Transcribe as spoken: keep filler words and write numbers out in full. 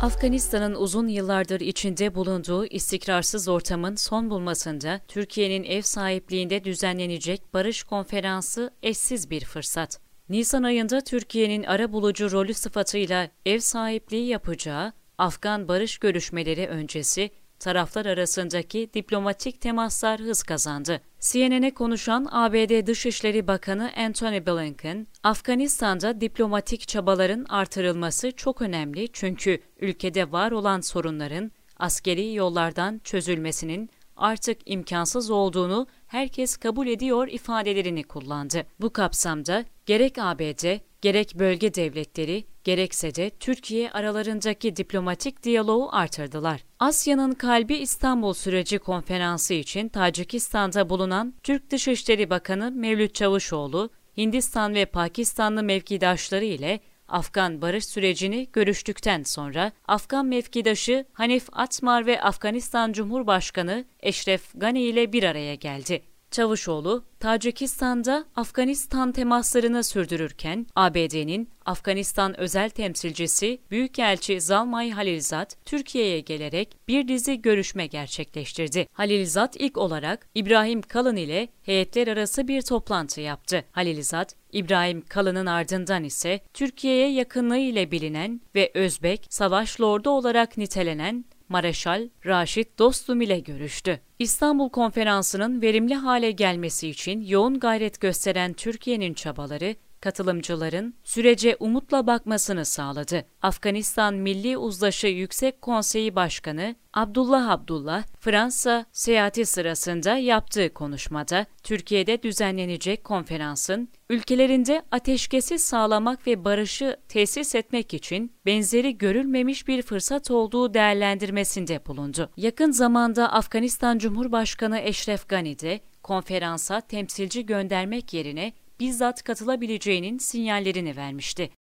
Afganistan'ın uzun yıllardır içinde bulunduğu istikrarsız ortamın son bulmasında Türkiye'nin ev sahipliğinde düzenlenecek barış konferansı eşsiz bir fırsat. Nisan ayında Türkiye'nin arabulucu rolü sıfatıyla ev sahipliği yapacağı Afgan barış görüşmeleri öncesi taraflar arasındaki diplomatik temaslar hız kazandı. C N N'e konuşan A B D Dışişleri Bakanı Antony Blinken, Afganistan'da diplomatik çabaların artırılması çok önemli çünkü ülkede var olan sorunların askeri yollardan çözülmesinin artık imkansız olduğunu herkes kabul ediyor ifadelerini kullandı. Bu kapsamda gerek A B D, gerek bölge devletleri, gerekse de Türkiye aralarındaki diplomatik diyaloğu artırdılar. Asya'nın kalbi İstanbul süreci konferansı için Tacikistan'da bulunan Türk Dışişleri Bakanı Mevlüt Çavuşoğlu, Hindistan ve Pakistanlı mevkidaşları ile Afgan barış sürecini görüştükten sonra Afgan mevkidaşı Hanif Atmar ve Afganistan Cumhurbaşkanı Eşref Gani ile bir araya geldi. Çavuşoğlu, Tacikistan'da Afganistan temaslarını sürdürürken A B D'nin Afganistan özel temsilcisi Büyükelçi Zalmay Halilzad, Türkiye'ye gelerek bir dizi görüşme gerçekleştirdi. Halilzad ilk olarak İbrahim Kalın ile heyetler arası bir toplantı yaptı. Halilzad, İbrahim Kalın'ın ardından ise Türkiye'ye yakınlığı ile bilinen ve Özbek savaş lordu olarak nitelenen Mareşal Raşit Dostum ile görüştü. İstanbul Konferansı'nın verimli hale gelmesi için yoğun gayret gösteren Türkiye'nin çabaları, katılımcıların sürece umutla bakmasını sağladı. Afganistan Milli Uzlaşı Yüksek Konseyi Başkanı Abdullah Abdullah, Fransa seyahati sırasında yaptığı konuşmada, Türkiye'de düzenlenecek konferansın, ülkelerinde ateşkesi sağlamak ve barışı tesis etmek için benzeri görülmemiş bir fırsat olduğu değerlendirmesinde bulundu. Yakın zamanda Afganistan Cumhurbaşkanı Eşref Gani de konferansa temsilci göndermek yerine bizzat katılabileceğinin sinyallerini vermişti.